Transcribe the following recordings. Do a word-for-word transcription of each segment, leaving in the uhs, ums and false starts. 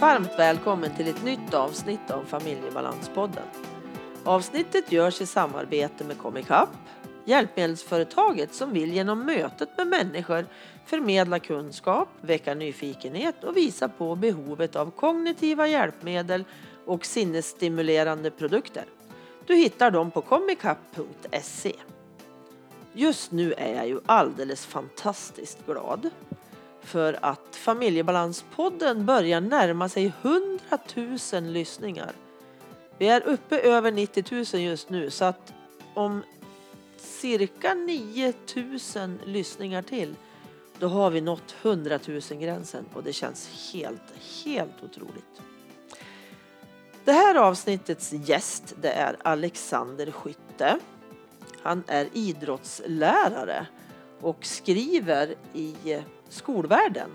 Varmt välkommen till ett nytt avsnitt av Familjebalanspodden. Avsnittet görs i samarbete med Comicap, hjälpmedelsföretaget som vill genom mötet med människor förmedla kunskap, väcka nyfikenhet och visa på behovet av kognitiva hjälpmedel och sinnesstimulerande produkter. Du hittar dem på comicap punkt se. Just nu är jag ju alldeles fantastiskt glad för att Familjebalanspodden börjar närma sig hundratusen lyssningar. Vi är uppe över nittio tusen just nu, så att om cirka nio tusen lyssningar till, då har vi nått hundratusen gränsen och det känns helt, helt otroligt. Det här avsnittets gäst, det är Alexander Skytte. Han är idrottslärare och skriver i Skolvärlden.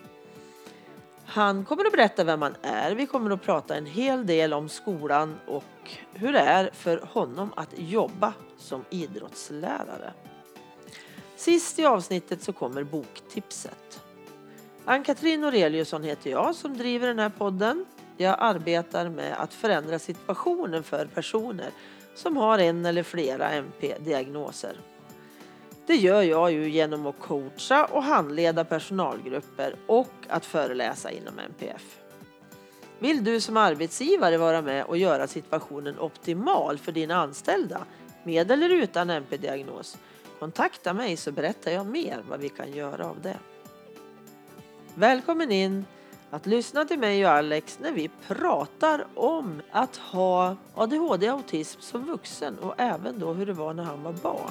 Han kommer att berätta vem han är. Vi kommer att prata en hel del om skolan och hur det är för honom att jobba som idrottslärare. Sist i avsnittet så kommer boktipset. Ann-Katrin Aureliusson heter jag som driver den här podden. Jag arbetar med att förändra situationen för personer som har en eller flera M P-diagnoser. Det gör jag ju genom att coacha och handleda personalgrupper och att föreläsa inom M P F. Vill du som arbetsgivare vara med och göra situationen optimal för dina anställda med eller utan M P-diagnos? Kontakta mig så berättar jag mer vad vi kan göra av det. Välkommen in att lyssna till mig och Alex när vi pratar om att ha A D H D-autism som vuxen och även då hur det var när han var barn.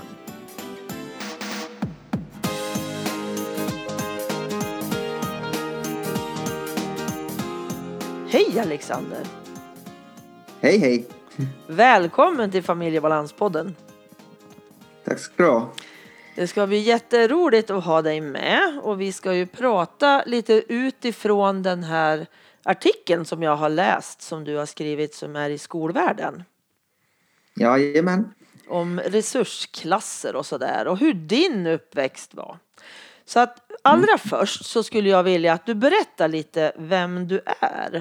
Hej Alexander! Hej hej! Välkommen till Familjebalanspodden. Tack ska du ha. Det ska bli jätteroligt att ha dig med och vi ska ju prata lite utifrån den här artikeln som jag har läst som du har skrivit som är i Skolvärlden. Jajamän. Om resursklasser och sådär och hur din uppväxt var. Så att allra mm. först så skulle jag vilja att du berättar lite vem du är.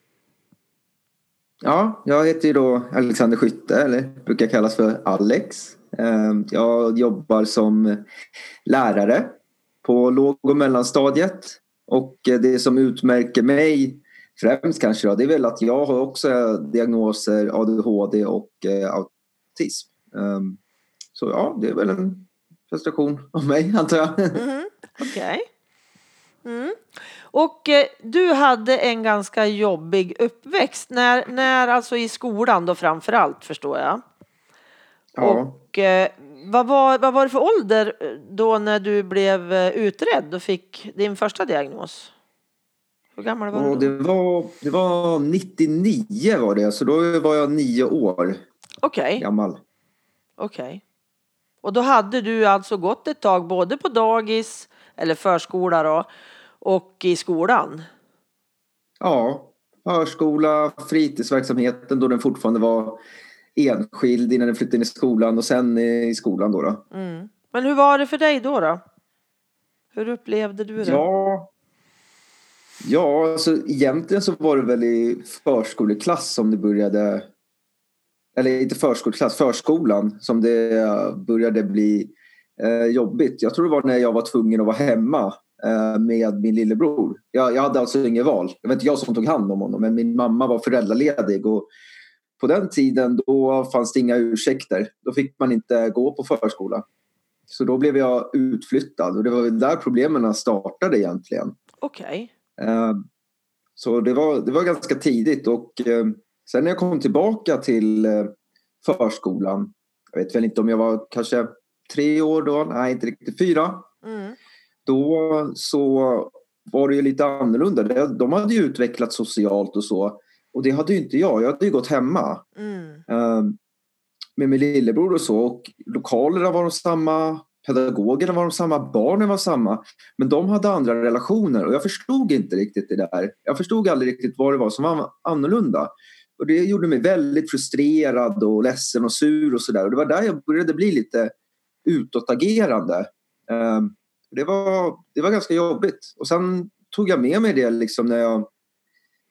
Ja, jag heter ju då Alexander Skytte, eller brukar kallas för Alex. Jag jobbar som lärare på låg- och mellanstadiet. Och det som utmärker mig främst kanske då, det är väl att jag har också diagnoser A D H D och autism. Så ja, det är väl en prestation av mig, antar jag. Mm, Okej. Okay. Mm. Och eh, du hade en ganska jobbig uppväxt när, när alltså i skolan då framförallt, förstår jag. Ja. Och eh, vad, var, vad var det för ålder då när du blev utredd och fick din första diagnos? Hur gammal var och du då? Det var, det var nittionio var det, så då var jag nio år okay. gammal. Okej. Okay. Och då hade du alltså gått ett tag både på dagis eller förskola då, och i skolan? Ja, förskola, fritidsverksamheten då den fortfarande var enskild innan den flyttade in i skolan och sen i skolan då. då. Mm. Men hur var det för dig då då? Hur upplevde du det? Ja, ja alltså egentligen så var det väl i förskoleklass som det började, eller inte förskoleklass, förskolan som det började bli eh, jobbigt. Jag tror det var när jag var tvungen att vara hemma eh, med min lillebror. Jag, jag hade alltså inget val. Det var inte jag som tog hand om honom, men min mamma var föräldraledig och på den tiden då fanns det inga ursäkter. Då fick man inte gå på förskola. Så då blev jag utflyttad och det var där problemen startade egentligen. Okej. Okay. Eh, så det var, det var ganska tidigt och eh, sen när jag kom tillbaka till eh, förskolan, jag vet väl inte om jag var kanske tre år då, nej inte riktigt fyra. Mm. Då så var det ju lite annorlunda. De hade ju utvecklats socialt och så. Och det hade ju inte jag. Jag hade ju gått hemma. Mm. Um, med min lillebror och så. Och lokalerna var de samma. Pedagogerna var de samma. Barnen var samma. Men de hade andra relationer. Och jag förstod inte riktigt det där. Jag förstod aldrig riktigt vad det var som var annorlunda. Och det gjorde mig väldigt frustrerad och ledsen och sur och sådär. Och det var där jag började bli lite utåtagerande. Um, det var, det var ganska jobbigt. Och sen tog jag med mig det liksom när jag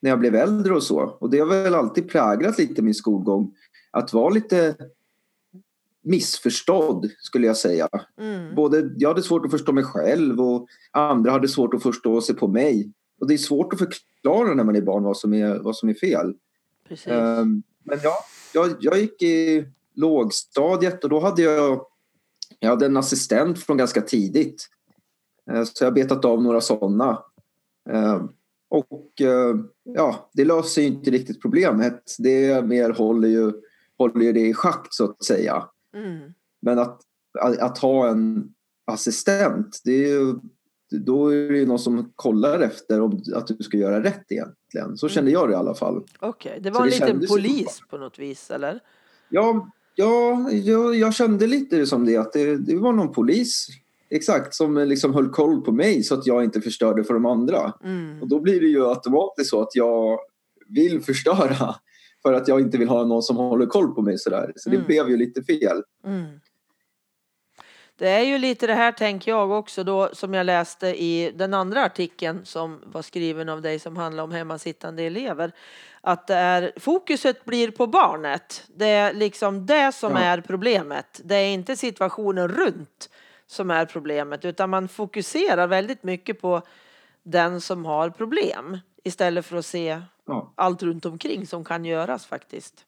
när jag blev äldre och så. Och det har väl alltid präglat lite min skolgång. Att vara lite missförstådd, skulle jag säga. Mm. Både jag hade svårt att förstå mig själv och andra hade svårt att förstå sig på mig. Och det är svårt att förklara när man är barn vad som är, vad som är fel. Precis. Um, men ja, jag, jag gick i lågstadiet och då hade jag, jag hade en assistent från ganska tidigt. Uh, så jag har betat av några sådana. Uh, och uh, ja, det löser ju inte riktigt problemet. Det mer håller ju, håller ju det i schack, så att säga. Mm. Men att, att, att ha en assistent, det är ju, då är det ju någon som kollar efter om att du ska göra rätt egentligen. Så kände jag det i alla fall. Okej, okay. Det var Så en det liten polis på något vis, eller? Ja, ja jag, jag kände lite som det. Att det, det var någon polis, exakt, som liksom höll koll på mig så att jag inte förstörde för de andra. Mm. Och då blir det ju automatiskt så att jag vill förstöra för att jag inte vill ha någon som håller koll på mig sådär. Så det mm. blev ju lite fel. Mm. Det är ju lite det här, tänker jag också då, som jag läste i den andra artikeln som var skriven av dig som handlar om hemmasittande elever. Att det är, fokuset blir på barnet. Det är liksom det som ja. är problemet. Det är inte situationen runt som är problemet, utan man fokuserar väldigt mycket på den som har problem istället för att se ja. allt runt omkring som kan göras faktiskt.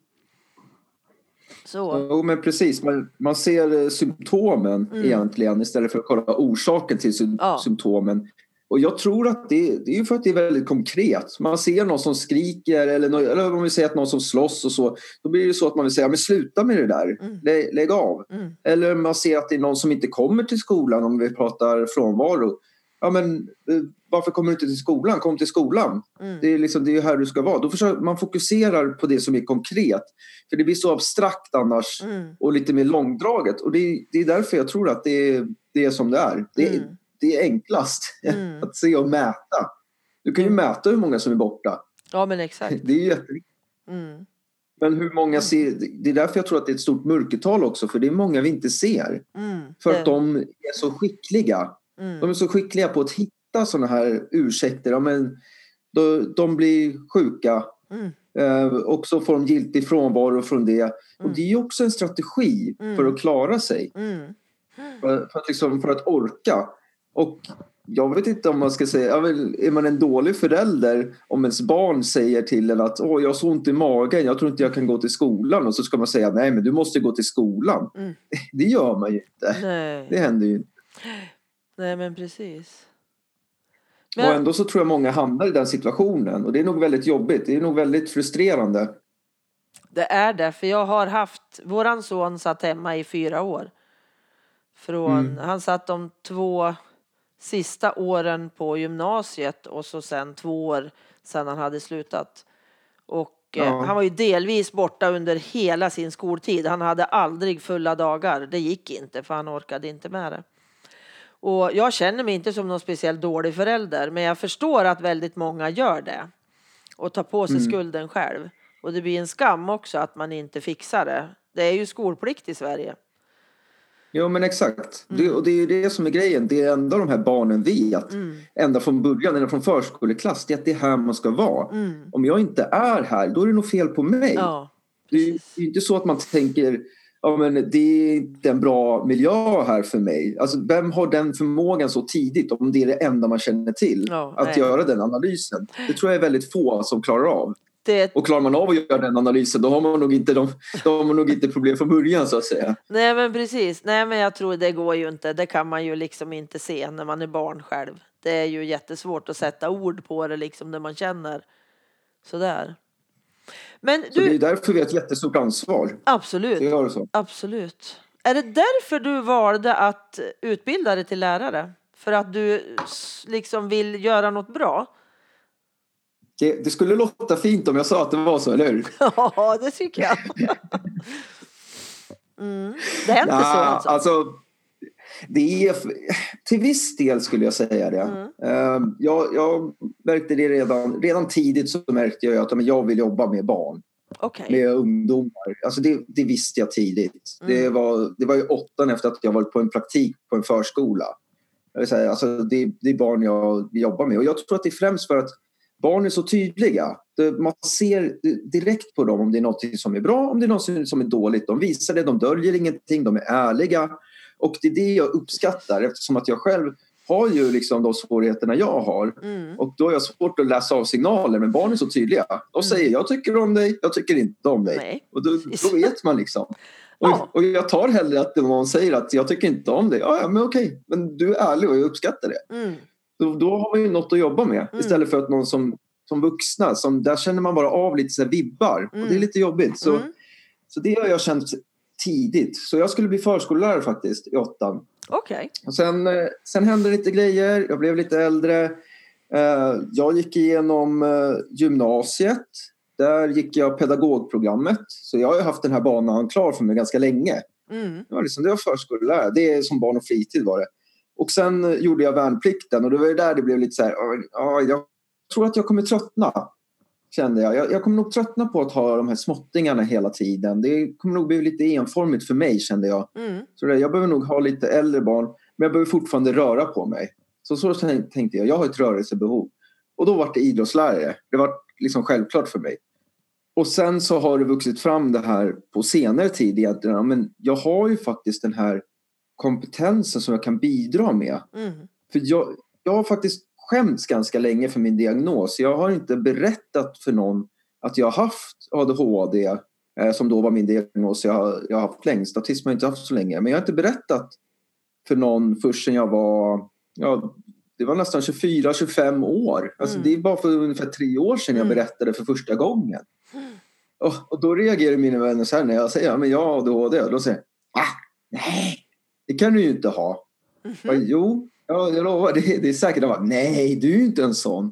Så. Jo, men precis. Man, man ser symptomen mm. egentligen istället för att kolla orsaken till sy- ja. symptomen. Och jag tror att det, det är för att det är väldigt konkret. Man ser någon som skriker eller, någon, eller om vi säger att någon som slåss och så. Då blir det så att man vill säga, men sluta med det där. Mm. Lä, lägg av. Mm. Eller man ser att det är någon som inte kommer till skolan om vi pratar frånvaro. Ja, men varför kommer du inte till skolan? Kom till skolan. Mm. Det är liksom, det är här du ska vara. Då försöker man fokuserar på det som är konkret. För det blir så abstrakt annars mm. och lite mer långdraget. Och det, det är därför jag tror att det är, det är som det är. Det, mm. det är enklast mm. att se och mäta. Du kan ju mäta hur många som är borta. Ja, men exakt. Det är ju jätteviktigt. Mm. Men hur många ser... Det är därför jag tror att det är ett stort mörkertal också. För det är många vi inte ser. Mm. För att de är så skickliga. Mm. De är så skickliga på att hitta sådana här ursäkter. Ja, men de, de blir sjuka. Mm. Eh, och så får de giltig frånvaro från det. Mm. Och det är ju också en strategi mm. för att klara sig. Mm. För, för, att liksom, för att orka. Och jag vet inte om man ska säga... Är man en dålig förälder om ens barn säger till en att åh, jag har så ont i magen, jag tror inte jag kan gå till skolan. Och så ska man säga nej, men du måste gå till skolan. Mm. Det gör man ju inte. Nej. Det händer ju inte. Nej, men precis. Men... Och ändå så tror jag många hamnar i den situationen. Och det är nog väldigt jobbigt. Det är nog väldigt frustrerande. Det är det. För jag har haft... Våran son satt hemma i fyra år. Från, mm. Han satt de två sista åren på gymnasiet. Och så sen två år sedan han hade slutat. Och ja. eh, han var ju delvis borta under hela sin skoltid. Han hade aldrig fulla dagar. Det gick inte för han orkade inte med det. Och jag känner mig inte som någon speciellt dålig förälder. Men jag förstår att väldigt många gör det. Och tar på sig mm. skulden själv. Och det blir en skam också att man inte fixar det. Det är ju skolplikt i Sverige. Ja, men exakt. Mm. Det, och det är ju det som är grejen. Det är enda de här barnen vet. Mm. Ända från början, eller från förskoleklass. Det är att det är här man ska vara. Mm. Om jag inte är här, då är det nog fel på mig. Ja, det är ju inte så att man tänker... Ja, men det är inte en bra miljö här för mig. Alltså, vem har den förmågan så tidigt om det är det enda man känner till? Ja, att nej. göra den analysen. Det tror jag är väldigt få som klarar av. Det... Och klarar man av att göra den analysen, då har man nog inte, de, då har man nog inte problem från början, så att säga. Nej, men precis. Nej, men jag tror det går ju inte. Det kan man ju liksom inte se när man är barn själv. Det är ju jättesvårt att sätta ord på det liksom när man känner sådär. Men du... Så det är därför vi har ett jättestort ansvar. Absolut. Det det så. Absolut. Är det därför du valde att utbilda dig till lärare? För att du liksom vill göra något bra? Det, det skulle låta fint om jag sa att det var så, eller hur? Ja, det tycker jag. Mm. Det är inte ja, så alltså. alltså. Det är, till viss del skulle jag säga det. Mm. Jag, jag märkte det redan, redan tidigt så märkte jag att jag vill jobba med barn. Okay. Med ungdomar. Alltså det, det visste jag tidigt. Mm. Det, var, det var ju åttan efter att jag varit på en praktik på en förskola. Jag vill säga, alltså det, det är barn jag jobbar med. Och jag tror att det är främst för att barn är så tydliga. Man ser direkt på dem om det är något som är bra, om det är något som är dåligt. De visar det, de döljer ingenting, de är ärliga. Och det är det jag uppskattar, eftersom att jag själv har ju liksom de svårigheterna jag har. Mm. Och då är jag svårt att läsa av signaler, men barn är så tydliga. De säger, mm. jag tycker om dig, jag tycker inte om dig. Nej. Och då, då vet man liksom. Och, ja. och jag tar hellre att någon säger att jag tycker inte om dig. Ja, ja men okej, men du är ärlig och jag uppskattar det. Mm. Då, då har man ju något att jobba med. Mm. Istället för att någon som, som vuxna, som, där känner man bara av lite så här vibbar. Mm. Och det är lite jobbigt. Så, mm. så det har jag känt tidigt. Så jag skulle bli förskollärare faktiskt i åttan. Okej. Okay. Och sen, sen hände lite grejer. Jag blev lite äldre. Jag gick igenom gymnasiet. Där gick jag pedagogprogrammet. Så jag har ju haft den här banan klar för mig ganska länge. Mm. Det var liksom, det var förskollärare. Det är som barn och fritid var det. Och sen gjorde jag värnplikten. Och det var ju där det blev lite så här. Ja, jag tror att jag kommer tröttna. Kände jag. jag. Jag kommer nog tröttna på att ha de här småttingarna hela tiden. Det kommer nog bli lite enformigt för mig, kände jag. Mm. Så det, jag behöver nog ha lite äldre barn. Men jag behöver fortfarande röra på mig. Så så tänkte jag. Jag har ett rörelsebehov. Och då var det idrottslärare. Det var liksom självklart för mig. Och sen så har det vuxit fram det här på senare tid egentligen. Men jag har ju faktiskt den här kompetensen som jag kan bidra med. Mm. För jag, jag har faktiskt skämts ganska länge för min diagnos. Jag har inte berättat för någon att jag har haft A D H D, eh, som då var min diagnos. Jag har, jag har haft längst. Autism har jag inte haft så länge. Men jag har inte berättat för någon först sen jag var... Ja, det var nästan tjugofyra till tjugofem år. Alltså mm. det är bara för ungefär tre år sedan jag berättade för första gången. Mm. Och, och då reagerar mina vänner så här när jag säger ja, men jag har A D H D. Och då säger ah, nej, det kan du ju inte ha. Mm-hmm. Och, jo, ja, jag lovar, det, det är säkert. Jag bara, nej, du är ju inte en sån.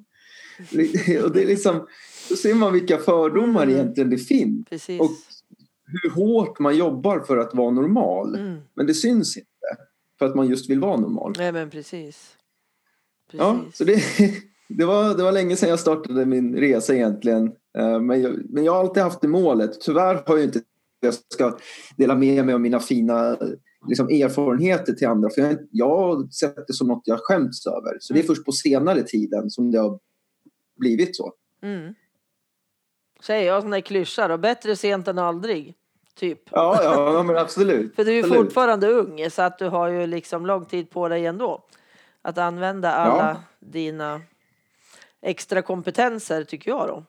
Och det är liksom, då ser man vilka fördomar mm. egentligen det finns. Precis. Och hur hårt man jobbar för att vara normal. Mm. Men det syns inte. För att man just vill vara normal. Nej, men precis. Precis. Ja, så det, det, var, det var länge sedan jag startade min resa egentligen. Men jag, men jag har alltid haft det målet. Tyvärr har jag inte... Jag ska dela med mig av mina fina liksom, erfarenheter till andra. För jag, jag har sett det som något jag skämts över. Så mm. det är först på senare tiden som det har blivit så. Mm. Säger jag sån där klyschor. Och bättre sent än aldrig. Typ. Ja, ja men absolut. För du är ju absolut. fortfarande ung. Så att du har ju liksom lång tid på dig ändå. Att använda alla ja. dina extra kompetenser tycker jag då.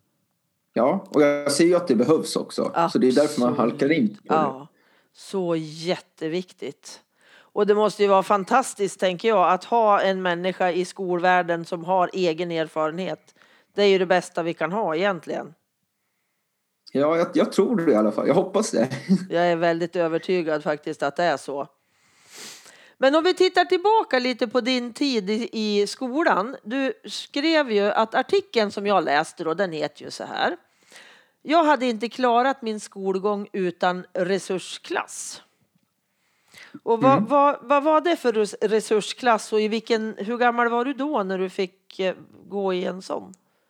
Ja, och jag ser ju att det behövs också. Absolut. Så det är därför man halkar in på ja, det. Så jätteviktigt. Och det måste ju vara fantastiskt, tänker jag, att ha en människa i skolvärlden som har egen erfarenhet. Det är ju det bästa vi kan ha egentligen. Ja, jag, jag tror det i alla fall. Jag hoppas det. Jag är väldigt övertygad faktiskt att det är så. Men om vi tittar tillbaka lite på din tid i, i skolan. Du skrev ju att artikeln som jag läste då, den heter ju så här. Jag hade inte klarat min skolgång utan resursklass. Och vad, mm. vad, vad var det för resursklass och i vilken, hur gammal var du då när du fick gå i en sån?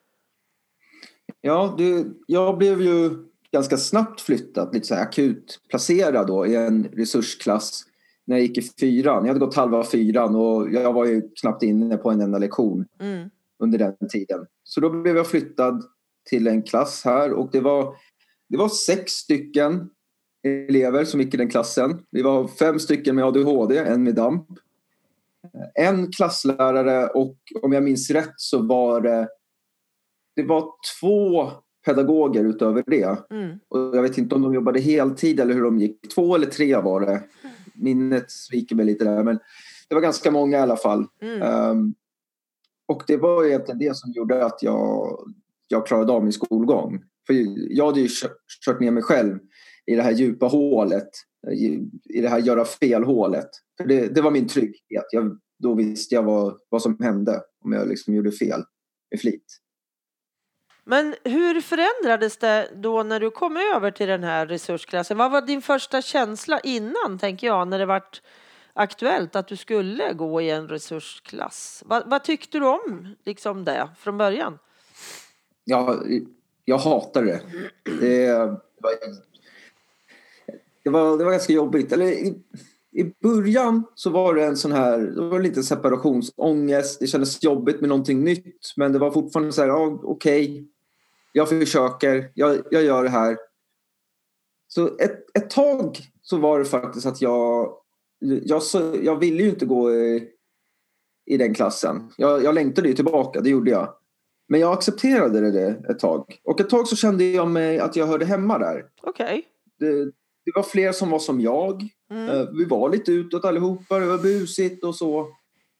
Ja, du, jag blev ju ganska snabbt flyttad, lite så här akut placerad då i en resursklass. När jag gick i fyran. Jag hade gått halva fyran och jag var ju knappt inne på en enda lektion mm. under den tiden. Så då blev jag flyttad till en klass här och det var, det var sex stycken elever som gick i den klassen. Vi var fem stycken med A D H D, en med DAMP. En klasslärare och om jag minns rätt så var det, det var två pedagoger utöver det. Mm. Och jag vet inte om de jobbade heltid eller hur de gick. Två eller tre var det. Minnet sviker mig lite där. Men det var ganska många i alla fall. Mm. Um, och det var egentligen det som gjorde att jag, jag klarade av min skolgång. För jag hade ju kört, kört ner mig själv i det här djupa hålet. I, i det här göra fel-hålet. För det, det var min trygghet. Jag, då visste jag vad, vad som hände om jag liksom gjorde fel med flit. Men hur förändrades det då när du kom över till den här resursklassen? Vad var din första känsla innan, tänker jag, när det var aktuellt att du skulle gå i en resursklass? Vad, vad tyckte du om liksom det från början? Ja, jag hatade det. Det var, det var, det var ganska jobbigt. Eller, i början så var det en sån här, det var lite separationsångest. Det kändes jobbigt med någonting nytt. Men det var fortfarande så här, ja, okej. Okay, jag försöker, jag, jag gör det här. Så ett, ett tag så var det faktiskt att jag, jag, så, jag ville ju inte gå i, i den klassen. Jag, jag längtade ju tillbaka, det gjorde jag. Men jag accepterade det ett tag. Och ett tag så kände jag mig att jag hörde hemma där. Okej. Okay. Det, det var fler som var som jag. Mm. Vi var lite utåt allihopa, det var busigt och så.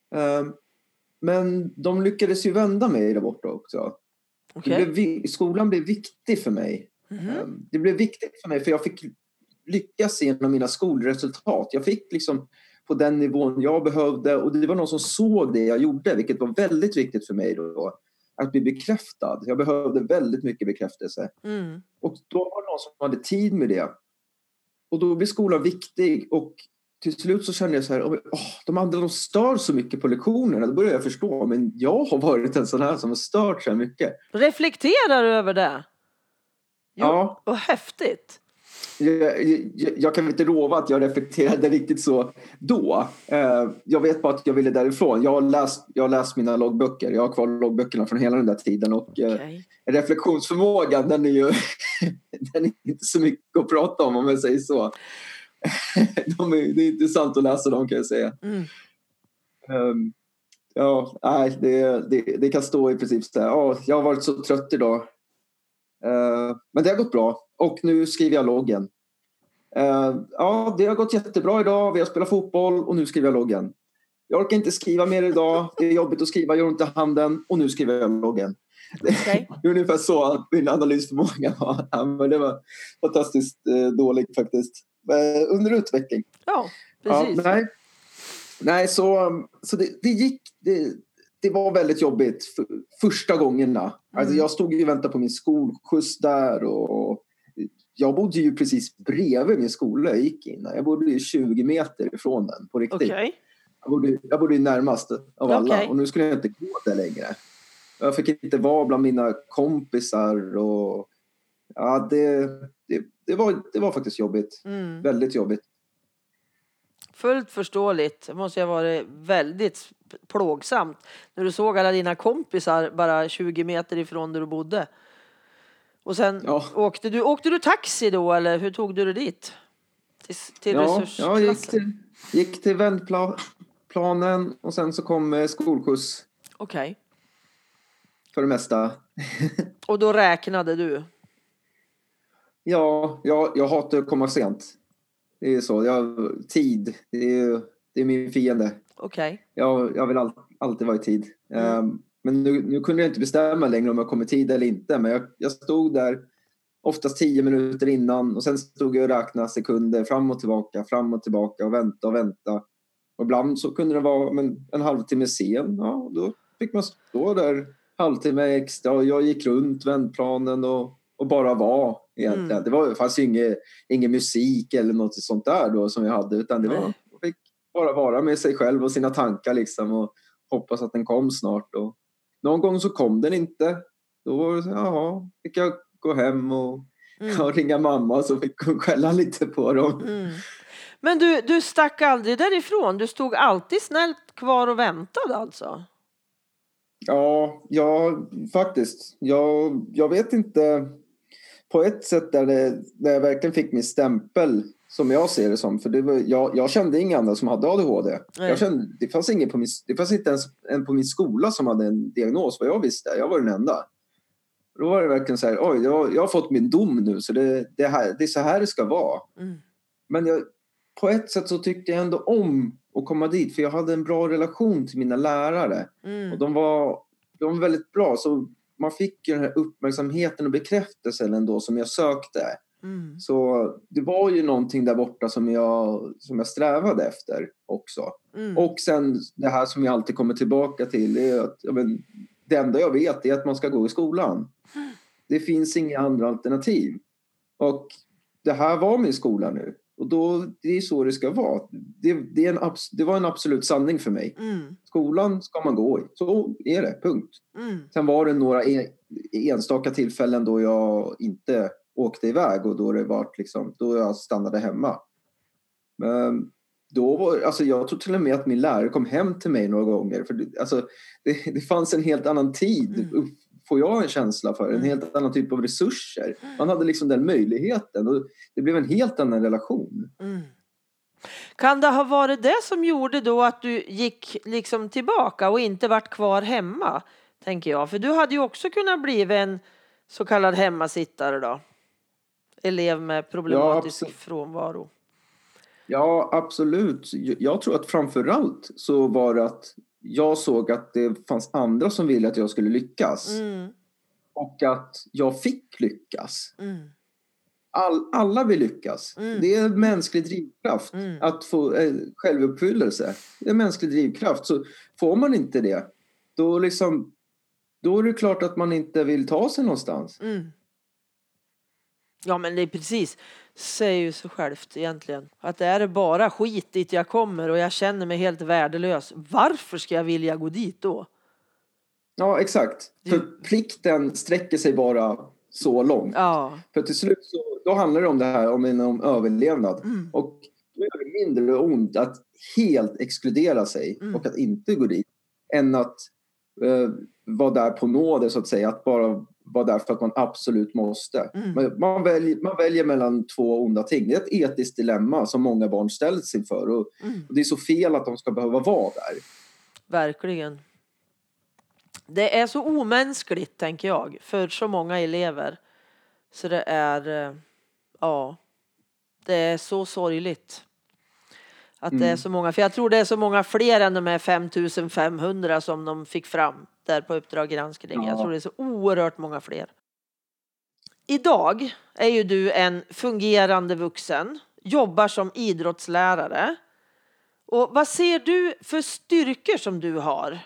Men de lyckades ju vända mig där borta också. Okay. Det blev, skolan blev viktig för mig. Mm. Det blev viktigt för mig för jag fick lyckas genom mina skolresultat. Jag fick liksom på den nivån jag behövde och det var någon som såg det jag gjorde, vilket var väldigt viktigt för mig då. Att bli bekräftad. Jag behövde väldigt mycket bekräftelse. Mm. Och då var det någon som hade tid med det. Och då blir skolan viktig och till slut så kände jag så här, åh, de andra de stör så mycket på lektionerna. Då började jag förstå, men jag har varit en sån här som har stört så mycket. Reflekterar du över det? Jo, ja. Vad häftigt. Jag, jag, jag kan inte lova att jag reflekterade riktigt så då. Eh, jag vet bara att jag ville därifrån. Jag har läst, jag har läst mina loggböcker. Jag har kvar loggböckerna från hela den där tiden. Och okay. eh, reflektionsförmågan, den är ju den är inte så mycket att prata om, om jag säger så. De är, det är intressant att läsa dem, kan jag säga. Mm. Um, ja, nej, det, det, det kan stå i princip så här. Oh, jag har varit så trött idag. Uh, men det har gått bra. Och nu skriver jag loggen. Uh, ja, det har gått jättebra idag. Vi har spelat fotboll och nu skriver jag loggen. Jag orkar inte skriva mer idag. Det är jobbigt att skriva, gör ont i handen. Och nu skriver jag loggen. Okay. Det är ungefär så att min analysförmåga var. Ja, men det var fantastiskt uh, dåligt faktiskt. Uh, under utveckling. Ja, precis. Ja, nej. Nej, så, så det, det gick... Det, Det var väldigt jobbigt för, första gångerna. Mm. Alltså jag stod ju och väntade på min skolskjuts där. Och jag bodde ju precis bredvid min skola jag gick in. Jag bodde ju tjugo meter ifrån den på riktigt. Okay. Jag bodde, jag bodde ju närmast av alla. Okay. Och nu skulle jag inte gå där längre. Jag fick inte vara bland mina kompisar. Och, ja, det, det, det, var, det var faktiskt jobbigt. Mm. Väldigt jobbigt. Fullt förståeligt. Det måste ha varit väldigt plågsamt när du såg alla dina kompisar bara tjugo meter ifrån där du bodde. Och sen ja. åkte du åkte du taxi då, eller hur tog du dig dit? Till, till ja, resursklassen? Ja, jag gick till, gick till vändplanen och sen så kom skolskjuts. Okej. Okay. För det mesta. Och då räknade du? Ja, jag, jag hatar att komma sent. Det är så. Jag, tid, det är, det är min fiende. Okej. Okay. Jag, jag vill all, alltid vara i tid. Mm. Um, men nu, nu kunde jag inte bestämma längre om jag kom i tid eller inte. Men jag, jag stod där oftast tio minuter innan. Och sen stod jag och räknade sekunder fram och tillbaka, fram och tillbaka och vänta och vänta. Och ibland så kunde det vara men, en halvtimme sen. Ja, då fick man stå där halvtimme extra. Och jag gick runt vändplanen och, och bara var. Egentligen. Mm. Det var, fanns ju ingen, ingen musik eller något sånt där då som jag hade, utan det var, man fick bara vara med sig själv och sina tankar liksom och hoppas att den kom snart. Och någon gång så kom den inte. Då var det så, jaha, fick jag gå hem och mm. ringa mamma, så fick hon skälla lite på dem. Mm. Men du, du stack aldrig därifrån? Du stod alltid snällt kvar och väntade alltså? Ja, ja faktiskt. Jag, jag vet inte... På ett sätt där, det, där jag verkligen fick min stämpel, som jag ser det som. För det var, jag, jag kände inga andra som hade A D H D. Jag kände, det, fanns ingen på min, det fanns inte ens en på min skola som hade en diagnos, vad jag visste. Jag var den enda. Då var det verkligen så här, oj, jag, jag har fått min dom nu. Så det, det, här, det är så här det ska vara. Mm. Men jag, på ett sätt så tyckte jag ändå om att komma dit. För jag hade en bra relation till mina lärare. Mm. Och de var, de var väldigt bra, så... Man fick ju den här uppmärksamheten och bekräftelsen ändå som jag sökte. Mm. Så det var ju någonting där borta som jag, som jag strävade efter också. Mm. Och sen det här som jag alltid kommer tillbaka till är att ja, men, det enda jag vet är att man ska gå i skolan. Mm. Det finns inga andra alternativ. Och det här var min skola nu. Och då, det är så det ska vara. Det, det, är en, det var en absolut sanning för mig. Mm. Skolan ska man gå i. Så är det, punkt. Mm. Sen var det några en, enstaka tillfällen då jag inte åkte iväg. Och då det var liksom, då jag stannade hemma. Men då var, alltså jag tror till och med att min lärare kom hem till mig några gånger. För det, alltså, det, det fanns en helt annan tid, mm. får jag en känsla för. En mm. helt annan typ av resurser. Man hade liksom den möjligheten. Och det blev en helt annan relation. Mm. Kan det ha varit det som gjorde då att du gick liksom tillbaka och inte varit kvar hemma, tänker jag? För du hade ju också kunnat bli en så kallad hemmasittare då. Elev med problematisk ja, frånvaro. Ja, absolut. Jag tror att framförallt så var det att jag såg att det fanns andra som ville att jag skulle lyckas. Mm. Och att jag fick lyckas. Mm. All, alla vill lyckas. Mm. Det är mänsklig drivkraft mm. att få eh, självuppfyllelse. Det är mänsklig drivkraft. Så får man inte det, då, liksom, då är det klart att man inte vill ta sig någonstans. Mm. Ja, men det är precis. Säger ju så självt egentligen. Att det är bara skit dit jag kommer och jag känner mig helt värdelös. Varför ska jag vilja gå dit då? Ja, exakt. För plikten sträcker sig bara så långt. Ja. För till slut så, då handlar det om det här om, en, om överlevnad. Mm. Och då är det mindre ont att helt exkludera sig mm. och att inte gå dit. Än att eh, vara där på nåde så att säga. Att bara vara där för att man absolut måste. Mm. Man, man, väljer, man väljer mellan två onda ting. Det är ett etiskt dilemma som många barn ställs inför. Och, mm. och det är så fel att de ska behöva vara där. Verkligen. Det är så omänskligt, tänker jag, för så många elever. Så det är, ja, det är så sorgligt att mm. det är så många. För jag tror det är så många fler än de här fem tusen femhundra som de fick fram där på Uppdrag granskning. Ja. Jag tror det är så oerhört många fler. Idag är ju du en fungerande vuxen, jobbar som idrottslärare. Och vad ser du för styrkor som du har?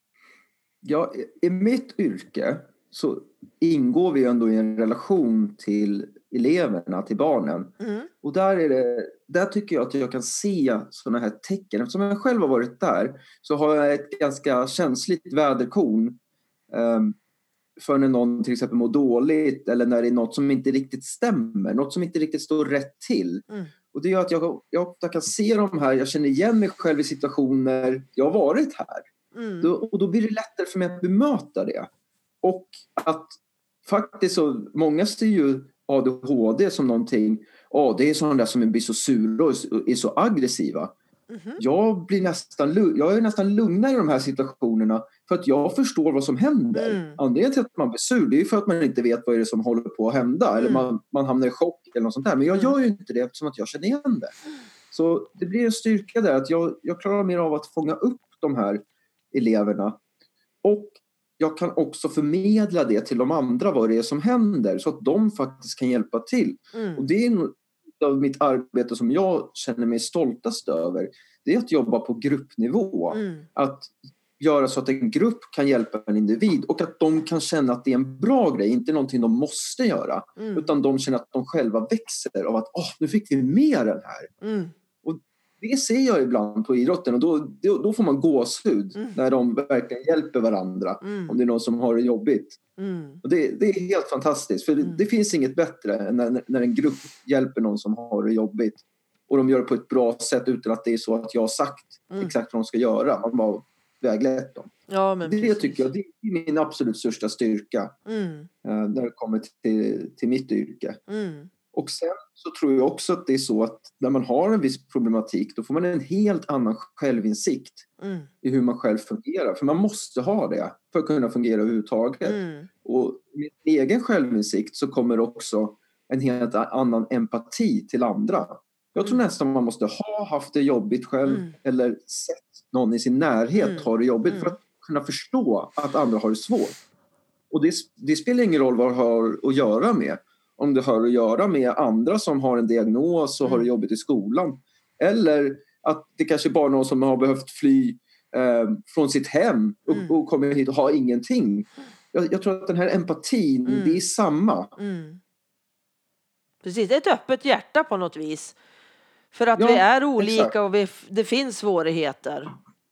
Ja, i mitt yrke så ingår vi ändå i en relation till eleverna, till barnen. Mm. Och där, är det, där tycker jag att jag kan se sådana här tecken. Eftersom jag själv har varit där så har jag ett ganska känsligt väderkorn. Um, för när någon till exempel mår dåligt eller när det är något som inte riktigt stämmer. Något som inte riktigt står rätt till. Mm. Och det gör att jag, jag, jag kan se de här, jag känner igen mig själv i situationer jag har varit här. Mm. Då, och då blir det lättare för mig att bemöta det. Och att faktiskt så, många ser ju A D H D som någonting, ja det är sådana där som blir så sura och är så aggressiva. Mm-hmm. Jag blir nästan, jag är nästan lugnare i de här situationerna för att jag förstår vad som händer. Mm. Anledningen till att man blir sur, det är för att man inte vet vad är det som håller på att hända. Mm. Eller man, man hamnar i chock eller något sånt där. Men jag gör ju inte det eftersom att jag känner igen det. Så det blir en styrka där att jag, jag klarar mer av att fånga upp de här eleverna. Och jag kan också förmedla det till de andra vad det är som händer så att de faktiskt kan hjälpa till. Mm. Och det är något av mitt arbete som jag känner mig stoltast över. Det är att jobba på gruppnivå. Mm. Att göra så att en grupp kan hjälpa en individ och att de kan känna att det är en bra grej, inte någonting de måste göra. Mm. Utan de känner att de själva växer av att åh, nu fick vi med den här. Mm. Och det ser jag ibland på idrotten och då, då, då får man gåshud mm. när de verkligen hjälper varandra. Mm. Om det är någon som har det jobbigt. Mm. Och det, det är helt fantastiskt. För mm. det, det finns inget bättre än när, när en grupp hjälper någon som har det jobbigt. Och de gör det på ett bra sätt utan att det är så att jag har sagt mm. exakt vad de ska göra. Man bara väglett dem. Ja, men det precis. Tycker jag det är min absolut största styrka. Mm. När det kommer till, till mitt yrke. Mm. Och sen så tror jag också att det är så att när man har en viss problematik då får man en helt annan självinsikt mm. i hur man själv fungerar. För man måste ha det för att kunna fungera överhuvudtaget. Mm. Och med egen självinsikt så kommer också en helt annan empati till andra. Jag tror mm. nästan man måste ha haft det jobbigt själv mm. eller sett någon i sin närhet mm. ha det jobbigt mm. för att kunna förstå att andra har det svårt. Och det, det spelar ingen roll vad det har att göra med. Om det har att göra med andra som har en diagnos och mm. har det jobbigt i skolan. Eller att det kanske bara är någon som har behövt fly eh, från sitt hem och, mm. och kommer hit och har ingenting. Jag, jag tror att den här empatin, mm. det är samma. Mm. Precis, det är ett öppet hjärta på något vis. För att ja, vi är olika exakt. Och vi, det finns svårigheter.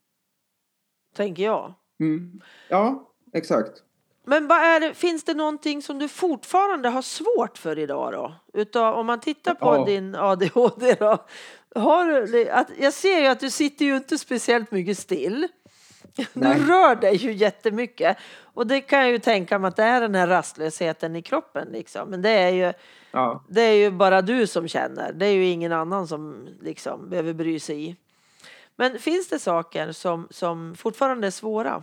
Tänker jag. Mm. Ja, exakt. Men vad är det, finns det någonting som du fortfarande har svårt för idag då? Utav, om man tittar på ja. din A D H D då. har du, att, jag ser ju att du sitter ju inte speciellt mycket still. Nej. Du rör dig ju jättemycket. Och det kan jag ju tänka mig att det är den här rastlösheten i kroppen. Liksom. Men det är, ju, Ja. det är ju bara du som känner. Det är ju ingen annan som liksom behöver bry sig i. Men finns det saker som, som fortfarande är svåra?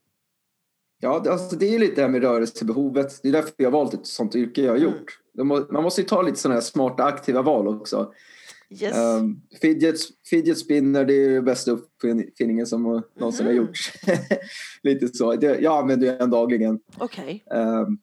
Ja, det, alltså det är ju lite det här med rörelsebehovet. Det är därför jag har valt ett sånt yrke jag har gjort. Mm. Man måste ju ta lite sådana här smarta aktiva val också. Yes. Um, fidget, fidget spinner, det är det bästa uppfinningen som mm. någonsin har gjorts. Lite så. Det, jag använder den dagligen. Okej. Okay. Um,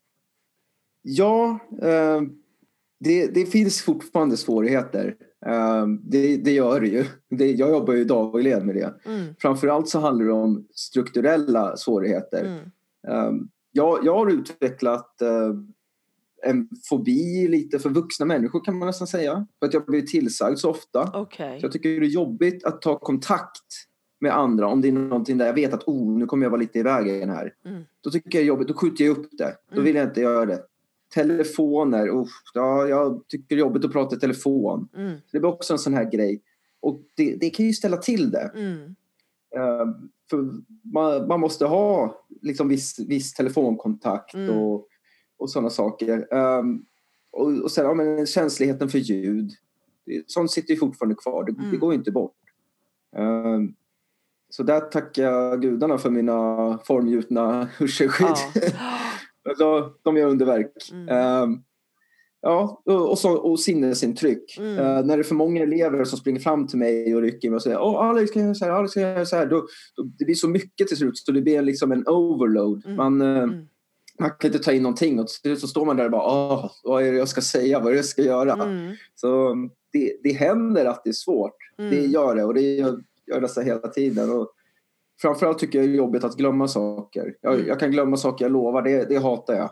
ja, um, det, det finns fortfarande svårigheter. Um, det, det gör det ju. Det, jag jobbar ju dagligen med det. Mm. Framförallt så handlar det om strukturella svårigheter. Mm. Um, jag, jag har utvecklat uh, en fobi lite för vuxna människor kan man nästan säga. För att jag blir tillsagd så ofta. Okay. Så jag tycker det är jobbigt att ta kontakt med andra om det är någonting där jag vet att oh, nu kommer jag vara lite i vägen här. Mm. Då tycker jag det är jobbigt, då skjuter jag upp det. Då vill jag inte göra det. Telefoner, oh, ja, jag tycker det är jobbigt att prata i telefon. Mm. Det blir också en sån här grej. Och det, det kan ju ställa till det. Mm. Uh, för man, man måste ha liksom viss, viss telefonkontakt mm. och, och sådana saker. Um, och, och sen ja, men känsligheten för ljud. Sånt sitter ju fortfarande kvar. Det, mm. det går ju inte bort. Um, så där tackar jag gudarna för mina formgjutna hörselskydd. Ja. de, de gör underverk. Mm. Um, ja, och, och, så, och sinnesintryck. Mm. Uh, när det är för många elever som springer fram till mig och rycker mig och säger åh, Alex ska jag göra så här, Alex ska jag göra så här. Då, då, det blir så mycket till slut så det blir liksom en overload. Mm. Man, uh, mm. man kan inte ta in någonting och till slut så står man där och bara åh, vad är det jag ska säga, vad är det jag ska göra. Mm. Så det, det händer att det är svårt. Mm. Det gör det och det gör, gör det så hela tiden. Och framförallt tycker jag det är jobbigt att glömma saker. Jag, mm. jag kan glömma saker, jag lovar, det, det hatar jag.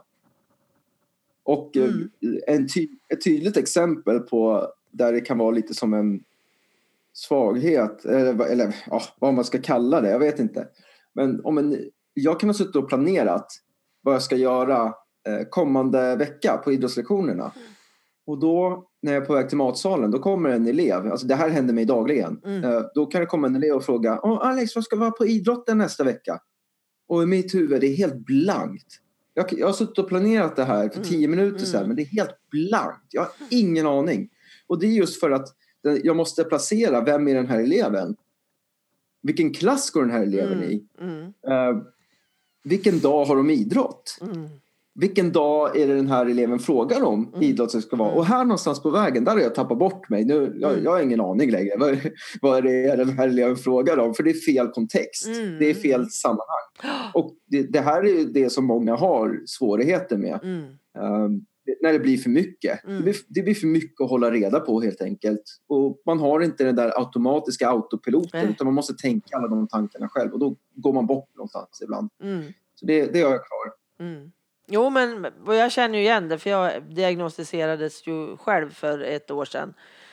Och mm. en ty- ett tydligt exempel på där det kan vara lite som en svaghet, eller, eller ja, vad man ska kalla det, jag vet inte. Men om en, jag kan ha suttit och planerat vad jag ska göra eh, kommande vecka på idrottslektionerna. Mm. Och då när jag är på väg till matsalen, då kommer en elev, alltså det här händer mig dagligen. Mm. Eh, då kan det komma en elev och fråga, åh Alex, vad ska vara på idrotten nästa vecka? Och i mitt huvud det är helt blankt. Jag, jag har suttit och planerat det här för tio mm. minuter sedan, mm. men det är helt blankt. Jag har ingen aning. Och det är just för att jag måste placera vem är den här eleven. Vilken klass går den här eleven mm. i? Mm. Uh, vilken dag har de idrott? Mm. Vilken dag är det den här eleven frågar om mm. idrotten ska vara? Och här någonstans på vägen, där har jag tappat bort mig. Nu, jag, jag har ingen aning längre vad, vad det är den här eleven frågar om. För det är fel kontext. Mm. Det är fel sammanhang. Och det, det här är det som många har svårigheter med. Mm. Um, när det blir för mycket. Mm. Det, blir, det blir för mycket att hålla reda på helt enkelt. Och man har inte den där automatiska autopiloten. Mm. Utan man måste tänka alla de tankarna själv. Och då går man bort någonstans ibland. Mm. Så det, det har jag kvar. Mm. Jo, men jag känner ju igen det, för jag diagnostiserades ju själv för ett år sedan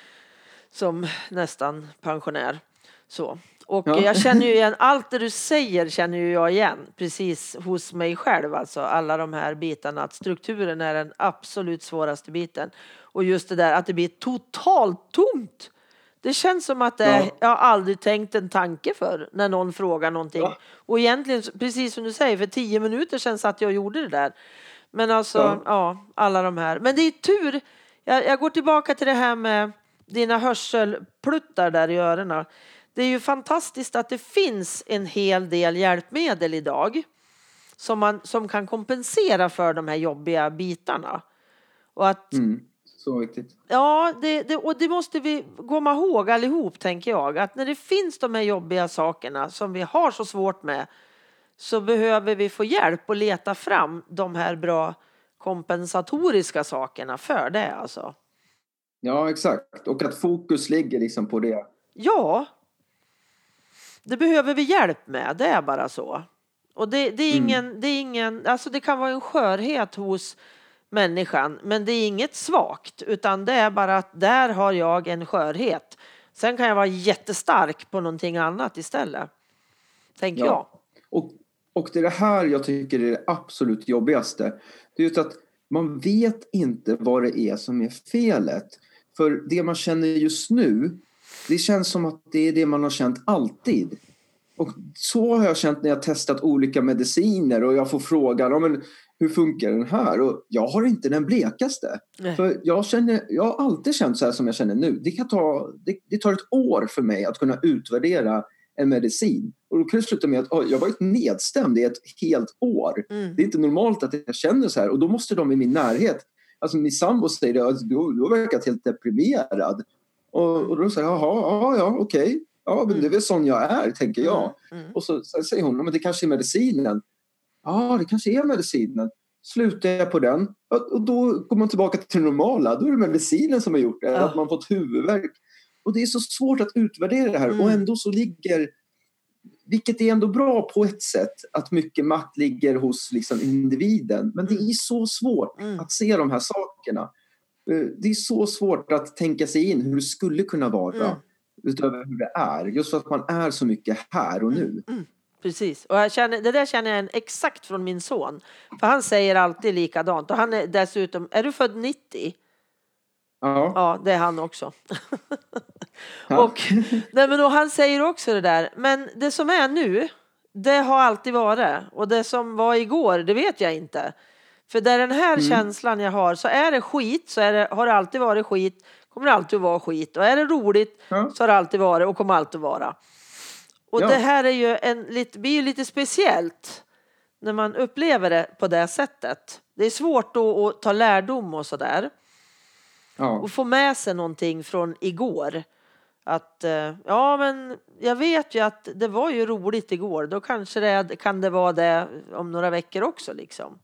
som nästan pensionär. Så. Och ja. Jag känner ju igen, allt det du säger känner ju jag igen, precis hos mig själv. Alltså alla de här bitarna, att strukturen är den absolut svåraste biten. Och just det där att det blir totalt tomt. Det känns som att det, ja. jag har aldrig tänkt en tanke för när någon frågar någonting. Ja. Och egentligen, precis som du säger, för tio minuter sedan satt jag och gjorde det där. Men alltså, ja, ja alla de här. Men det är tur, jag, jag går tillbaka till det här med dina hörselpluttar där i öronen. Det är ju fantastiskt att det finns en hel del hjälpmedel idag som, man, som kan kompensera för de här jobbiga bitarna. Och att... Mm. Så viktigt. Ja, det, det, och det måste vi komma ihåg allihop, tänker jag. Att när det finns de här jobbiga sakerna som vi har så svårt med, så behöver vi få hjälp och leta fram de här bra kompensatoriska sakerna för det. Alltså. Ja, exakt. Och att fokus ligger liksom på det. Ja, det behöver vi hjälp med. Det är bara så. Och det, det är ingen, mm. det är ingen, alltså det kan vara en skörhet hos människan, men det är inget svagt, utan det är bara att där har jag en skörhet. Sen kan jag vara jättestark på någonting annat istället, tänker ja. jag. Och, och det är det här jag tycker är det absolut jobbigaste. Det är just att man vet inte vad det är som är felet. För det man känner just nu, det känns som att det är det man har känt alltid. Och så har jag känt när jag testat olika mediciner och jag får frågan, ja, men hur funkar den här? Och jag har inte den blekaste. Nej. För jag, känner, jag har alltid känt så här som jag känner nu. Det, kan ta, det, det tar ett år för mig att kunna utvärdera en medicin. Och då kan det sluta med att oh, jag har varit nedstämd i ett helt år. Mm. Det är inte normalt att jag känner så här. Och då måste de i min närhet, alltså min sambo säger att du har verkat helt deprimerad. Och, och då säger jag, jaha, ja, ja, okej. Okay. Ja, men det är väl sån jag är, tänker jag. Mm. Mm. Och så, så säger hon, men det kanske är medicinen. Ja, det kanske är medicinen. Slutar jag på den, och då går man tillbaka till det normala. Då är det medicinen som har gjort det. Ja. Att man fått huvudvärk. Och det är så svårt att utvärdera det här. Mm. Och ändå så ligger, vilket är ändå bra på ett sätt, att mycket makt ligger hos liksom individen. Men det är så svårt mm. att se de här sakerna. Det är så svårt att tänka sig in hur det skulle kunna vara. Mm. Utöver hur det är. Just för att man är så mycket här och nu. Mm, mm, precis. Och jag känner, det där känner jag exakt från min son. För han säger alltid likadant. Och han är dessutom, är du född nittio? Ja. Ja, det är han också. Ja. och, nej, men och han säger också det där. Men det som är nu, det har alltid varit. Och det som var igår, det vet jag inte. För där den här mm. känslan jag har, så är det skit, så är det, har det alltid varit skit. Kommer det alltid att vara skit. Och är det roligt ja. så har det alltid varit och kommer alltid att vara. Och ja. det här är ju en, lite, blir ju lite speciellt när man upplever det på det sättet. Det är svårt då att ta lärdom och sådär. Ja. Och få med sig någonting från igår. Att, ja men jag vet ju att det var ju roligt igår. Då kanske det kan det vara det om några veckor också liksom.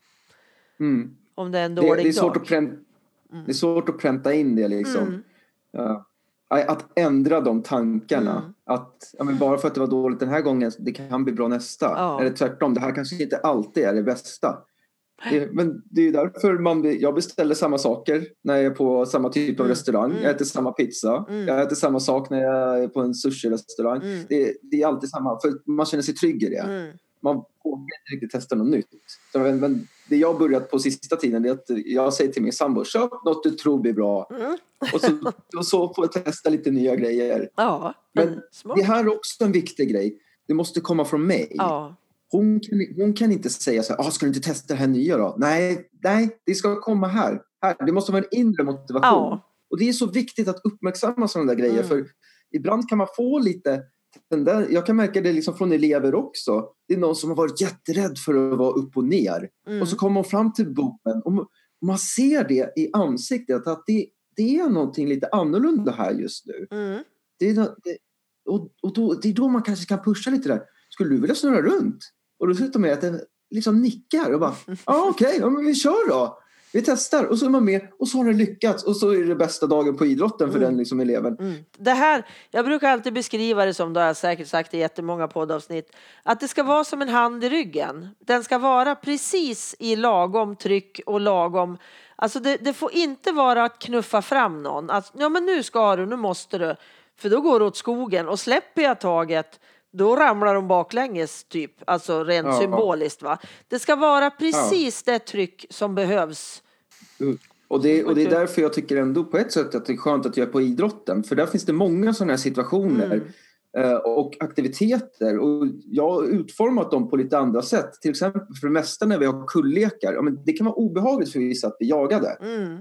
Mm. Om det är en dålig det, det är svårt dag. Att pränta, mm. Det är svårt att pränta in det liksom. Mm. Ja. Att ändra de tankarna. Mm. Att ja, men bara för att det var dåligt den här gången, det kan bli bra nästa. Ja. Eller tvärtom, det här kanske inte alltid är det bästa. Det, men det är därför man, jag beställer samma saker när jag är på samma typ av mm. restaurang. Mm. Jag äter samma pizza. Mm. Jag äter samma sak när jag är på en sushi-restaurang. Mm. Det, det är alltid samma, för man känner sig trygg i det. Mm. Man vågar inte riktigt testa något nytt. Så, men, men det jag har börjat på sista tiden är att jag säger till min sambo, köp något du tror blir bra. Mm. Och, så, och så får jag testa lite nya grejer. Ja, men smart. Det här är också en viktig grej. Det måste komma från mig. Ja. Hon kan, hon kan inte säga så här, ah, ska du inte testa det här nya då? Nej, nej, det ska komma här. här. Det måste vara en inre motivation. Ja. Och det är så viktigt att uppmärksamma sådana där grejer. Mm. För ibland kan man få lite, den där, jag kan märka det liksom från elever också. Det är någon som har varit jätterädd för att vara upp och ner. Mm. Och så kommer man fram till boken och man ser det i ansiktet att det, det är någonting lite annorlunda här just nu. Mm. Det, är, det, och, och då, det är då man kanske kan pusha lite där. Skulle du vilja snurra runt? Och då slutar med att den liksom nickar och bara, ja ah, okej, okay, ja, men vi kör då. Vi testar och så är man med och så har det lyckats och så är det bästa dagen på idrotten för mm. den liksom eleven. Mm. Det här, jag brukar alltid beskriva det som, då har jag säkert sagt i jättemånga poddavsnitt, att det ska vara som en hand i ryggen. Den ska vara precis i lagom tryck och lagom, alltså det, det får inte vara att knuffa fram någon. Att, ja men nu ska du, nu måste du, för då går det åt skogen och släpper jag taget, då ramlar de baklänges typ, alltså rent ja, symboliskt va. Det ska vara precis ja. det tryck som behövs. Mm. Och, det, och det är därför jag tycker ändå på ett sätt att det är skönt att jag är på idrotten. För där finns det många sådana här situationer mm. och aktiviteter. Och jag har utformat dem på lite andra sätt. Till exempel för det mesta när vi har kulllekar. Ja, men det kan vara obehagligt för vissa att bli jagade. Mm.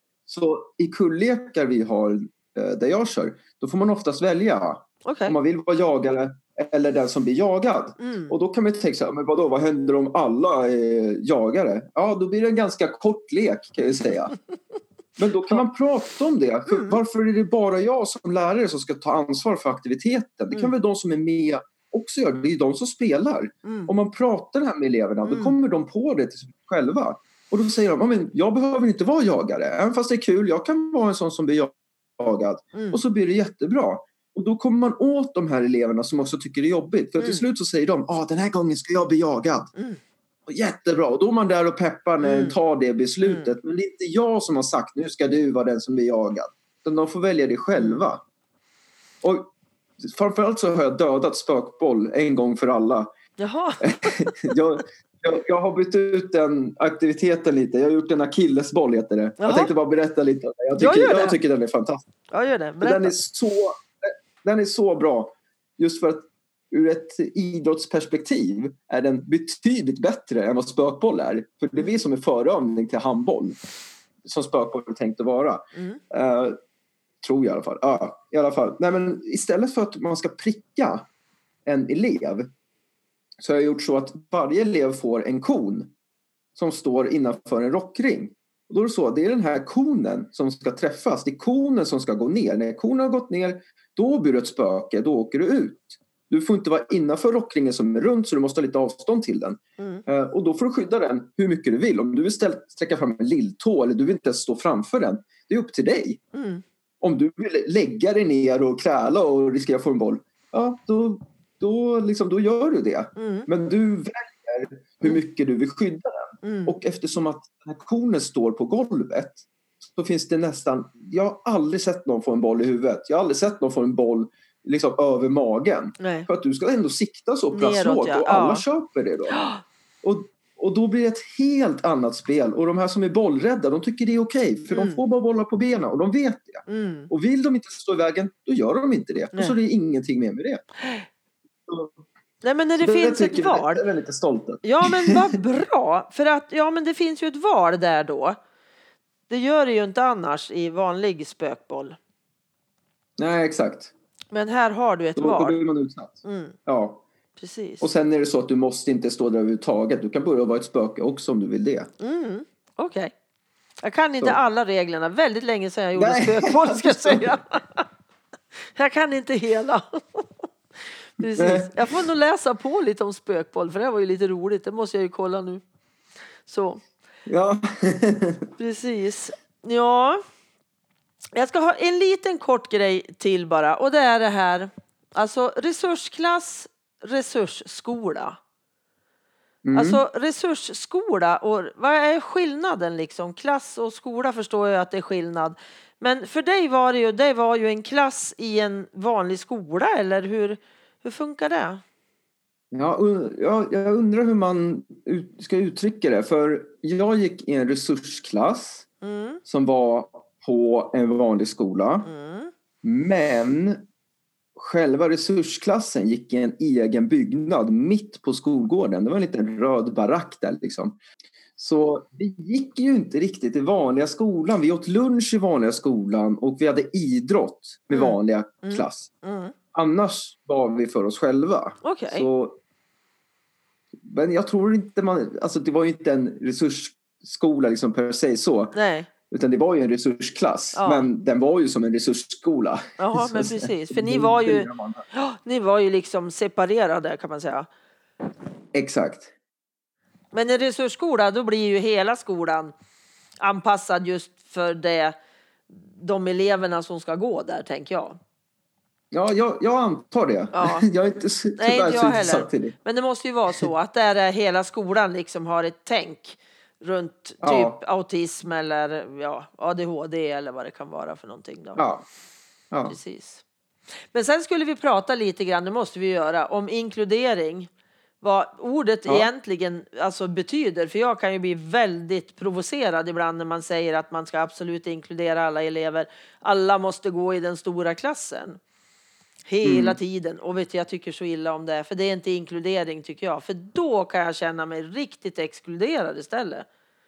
Så i kulllekar vi har där jag kör, då får man oftast välja. Okay. Om man vill vara jagare eller den som blir jagad. Mm. Och då kan man tänka så här, men vadå, vad händer om alla är jagare? Ja, då blir det en ganska kort lek kan jag säga. Men då kan man prata om det. För mm. varför är det bara jag som lärare som ska ta ansvar för aktiviteten? Det kan mm. väl de som är med också göra. Det är de som spelar. Mm. Om man pratar här med eleverna, mm. då kommer de på det till sig själva. Och då säger de, men jag behöver inte vara jagare. Även fast det är kul, jag kan vara en sån som blir jagad. Mm. Och så blir det jättebra. Och då kommer man åt de här eleverna som också tycker det är jobbigt. För mm. till slut så säger de, ah, den här gången ska jag bli jagad. Mm. Och jättebra. Och då är man där och peppar när mm. tar det beslutet. Mm. Men det är inte jag som har sagt, nu ska du vara den som blir jagad. Utan de får välja det själva. Mm. Och framförallt så har jag dödat spökboll en gång för alla. Jaha. jag, jag, jag har bytt ut den aktiviteten lite. Jag har gjort en akillesboll heter det. Jaha. Jag tänkte bara berätta lite. Jag tycker, jag, jag tycker den är fantastisk. Ja, gör det. Den är så... den är så bra. Just för att ur ett idrottsperspektiv är den betydligt bättre än vad spökboll är. För det är vi som är förövning till handboll. Som spökboll är tänkt att vara. Mm. Uh, tror jag i alla fall. Ja, i alla fall. Nej, men istället för att man ska pricka en elev så har jag gjort så att varje elev får en kon som står innanför en rockring. Och då är det så, det är den här konen som ska träffas. Det är konen som ska gå ner. När konen har gått ner, då blir det ett spöke. Då åker du ut. Du får inte vara innanför rockringen som är runt, så du måste ha lite avstånd till den. Mm. Uh, och då får du skydda den hur mycket du vill. Om du vill ställa, sträcka fram en lilltå eller du vill inte stå framför den, det är upp till dig. Mm. Om du vill lägga dig ner och kräla och riskera att få en boll, ja, då, då, liksom, då gör du det. Mm. Men du väljer hur mycket du vill skydda den. Mm. Och eftersom att den här konen står på golvet, så finns det nästan... Jag har aldrig sett någon få en boll i huvudet. Jag har aldrig sett någon få en boll liksom över magen. Nej. För att du ska ändå sikta så pass lågt, ja. Och alla ja. köper det då. Och, och då blir det ett helt annat spel. Och de här som är bollrädda, de tycker det är okej. För mm. de får bara bollar på benen och de vet det. Mm. Och vill de inte stå i vägen, då gör de inte det. Nej. Och så är det ingenting mer med det. Så, nej, men när det finns ett val. Jag är lite stolt. Ja, men vad bra. För att, ja, men det finns ju ett val där då. Det gör det ju inte annars i vanlig spökboll. Nej, exakt. Men här har du ett då, val. Då blir man utsatt. Mm. Ja. Precis. Och sen är det så att du måste inte stå där överhuvudtaget. Du kan börja vara ett spöke också om du vill det. Mm. Okej. Okay. Jag kan inte så. alla reglerna. Väldigt länge sedan jag gjorde Nej. spökboll, ska jag säga. Jag kan inte hela. Precis. Nej. Jag får nog läsa på lite om spökboll, för det var ju lite roligt. Det måste jag ju kolla nu. Så. Ja. Precis. Ja. Jag ska ha en liten kort grej till bara. Och det är det här. Alltså resursklass, resursskola. Mm. Alltså resursskola. Och vad är skillnaden liksom? Klass och skola förstår jag att det är skillnad. Men för dig var det ju, det var ju en klass i en vanlig skola. Eller hur, hur funkar det? Ja, jag, jag undrar hur man ut, ska uttrycka det. För jag gick i en resursklass mm. som var på en vanlig skola. Mm. Men själva resursklassen gick i en egen byggnad mitt på skolgården. Det var en liten röd barack där liksom. Så vi gick ju inte riktigt i vanliga skolan. Vi åt lunch i vanliga skolan och vi hade idrott med mm. vanliga mm. klass. Mm. Annars var vi för oss själva. Okay. Så, men jag tror inte man... Alltså det var ju inte en resursskola liksom per se så. Nej. Utan det var ju en resursklass. Ja. Men den var ju som en resursskola. Ja, men precis. För ni var ju... Ja, ni var ju liksom separerade kan man säga. Exakt. Men en resursskola, då blir ju hela skolan anpassad just för det, de eleverna som ska gå där, tänker jag. Ja, jag, jag antar det. Ja. Jag är inte så, Nej, inte jag heller. Till det. Men det måste ju vara så att där är hela skolan liksom har ett tänk runt typ ja. autism eller ja, A D H D eller vad det kan vara för någonting då. Ja. Ja. Precis. Men sen skulle vi prata lite grann, det måste vi göra, om inkludering. Vad ordet ja. egentligen alltså betyder. För jag kan ju bli väldigt provocerad ibland när man säger att man ska absolut inkludera alla elever. Alla måste gå i den stora klassen. Hela mm. tiden. Och vet du, jag tycker så illa om det. För det är inte inkludering tycker jag. För då kan jag känna mig riktigt exkluderad istället.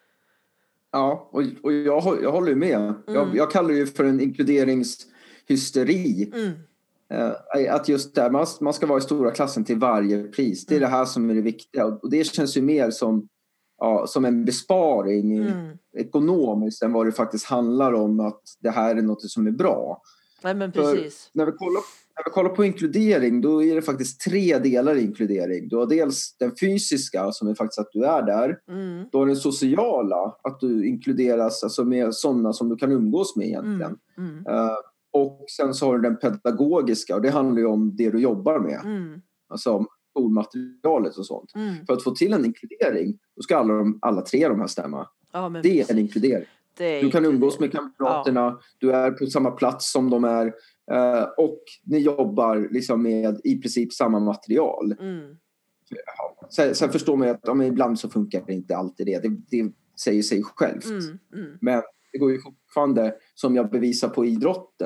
Ja, och, och jag, jag håller med. Mm. Jag, jag kallar det ju för en inkluderingshysteri. Mm. Att just där, man, man ska vara i stora klassen till varje pris. Det är mm. det här som är det viktiga. Och det känns ju mer som, ja, som en besparing mm. ekonomiskt än vad det faktiskt handlar om att det här är något som är bra. Nej, men precis. När vi, kollar, när vi kollar på inkludering, då är det faktiskt tre delar i inkludering. Du har dels den fysiska som är faktiskt att du är där. Mm. Då har den sociala, att du inkluderas alltså med sådana som du kan umgås med egentligen. Mm. Mm. Uh, Och sen så har du den pedagogiska och det handlar ju om det du jobbar med. Mm. Alltså om skolmaterialet och sånt. Mm. För att få till en inkludering då ska alla, de, alla tre de här stämma. Ja, det precis. är en inkludering. Är du kan umgås med kamraterna, ja. du är på samma plats som de är uh, och ni jobbar liksom med i princip samma material. Mm. Ja. Sen, sen förstår man att ja, men ibland så funkar det inte alltid det. Det, det säger sig självt. Mm. Mm. Men det går ju fortfarande, som jag bevisar på idrotten,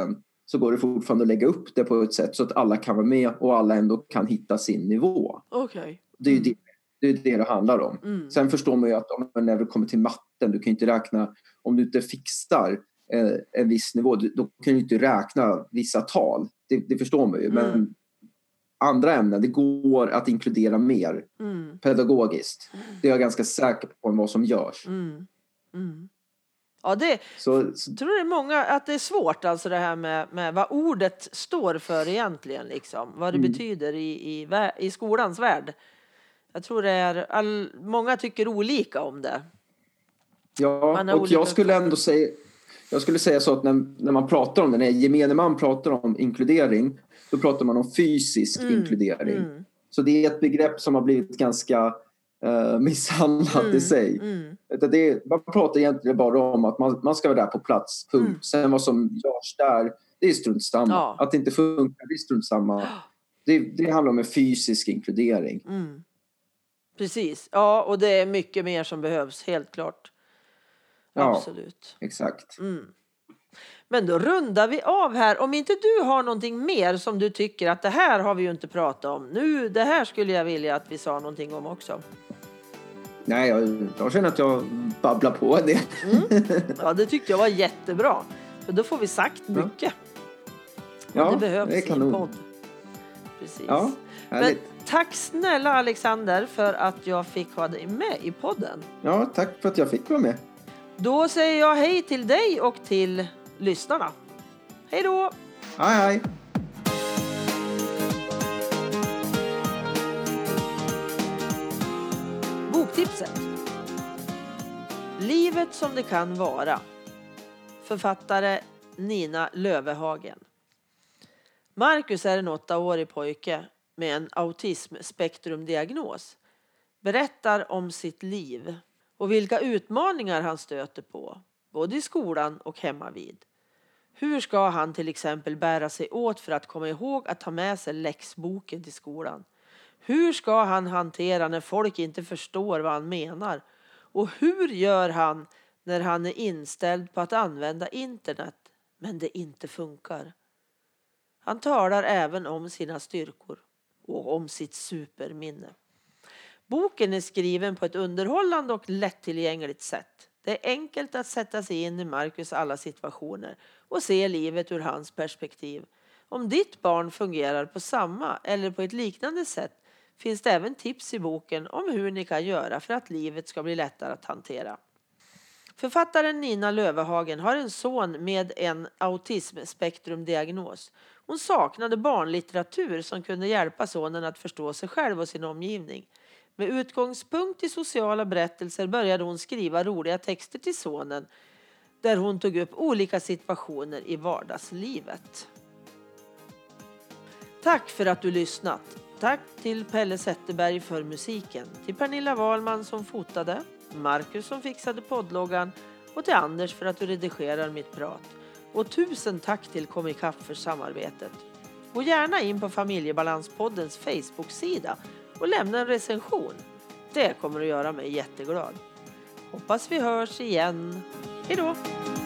så går det fortfarande att lägga upp det på ett sätt så att alla kan vara med och alla ändå kan hitta sin nivå. Okay. Det är ju mm. det, det, är det det handlar om. Mm. Sen förstår man ju att om man när det kommer till matten, du kan inte räkna, om du inte fixar eh, en viss nivå, då kan du inte räkna vissa tal. Det, det förstår man ju. Mm. Men andra ämnen, det går att inkludera mer mm. pedagogiskt. Mm. Det är jag ganska säker på vad som görs. Mm. Mm. Ja, det så, så, tror det är många att det är svårt, alltså det här med, med vad ordet står för egentligen, liksom. Vad det mm. betyder i, i, i skolans värld. Jag tror det är, all, många tycker olika om det. Ja, och jag skulle ändå säga, jag skulle säga så att när, när man pratar om det, när gemene man pratar om inkludering, då pratar man om fysisk mm. inkludering. Mm. Så det är ett begrepp som har blivit ganska Uh, misshandlat mm, i sig. Mm. Det, man pratar egentligen bara om att man, man ska vara där på plats. Punkt. Mm. Sen vad som görs där, det är strunt samma. Ja. Att det inte funkar, det är strunt samma. Det, det handlar om en fysisk inkludering. Mm. Precis. Ja, och det är mycket mer som behövs, helt klart. Ja, absolut. Exakt. Mm. Men då rundar vi av här. Om inte du har någonting mer som du tycker att det här har vi ju inte pratat om. Nu, det här skulle jag vilja att vi sa någonting om också. Nej, jag, jag känner att jag babblar på det. Mm. Ja, det tyckte jag var jättebra. För då får vi sagt mycket. Ja, det behövs det kan i en podd. Precis. Ja, men tack snälla Alexander för att jag fick ha dig med i podden. Ja, tack för att jag fick vara med. Då säger jag hej till dig och till lyssnarna. Hej då! Hej hej! Boktipset. Livet som det kan vara. Författare Nina Lövehagen. Marcus är en åttaårig pojke med en autismspektrumdiagnos. Berättar om sitt liv och vilka utmaningar han stöter på, både i skolan och hemmavid. Hur ska han till exempel bära sig åt för att komma ihåg att ta med sig läxboken till skolan? Hur ska han hantera när folk inte förstår vad han menar? Och hur gör han när han är inställd på att använda internet men det inte funkar? Han talar även om sina styrkor och om sitt superminne. Boken är skriven på ett underhållande och lättillgängligt sätt. Det är enkelt att sätta sig in i Marcus alla situationer och se livet ur hans perspektiv. Om ditt barn fungerar på samma eller på ett liknande sätt finns det även tips i boken om hur ni kan göra för att livet ska bli lättare att hantera. Författaren Nina Lövehagen har en son med en autismspektrumdiagnos. Hon saknade barnlitteratur som kunde hjälpa sonen att förstå sig själv och sin omgivning. Med utgångspunkt i sociala berättelser började hon skriva roliga texter till sonen där hon tog upp olika situationer i vardagslivet. Tack för att du lyssnat. Tack till Pelle Zetterberg för musiken, till Pernilla Wahlman som fotade, Marcus som fixade poddloggan och till Anders för att du redigerar mitt prat. Och tusen tack till Komikapp för samarbetet. Gå gärna in på Familjebalanspoddens Facebook-sida och lämna en recension. Det kommer att göra mig jätteglad. Hoppas vi hörs igen. Hej då!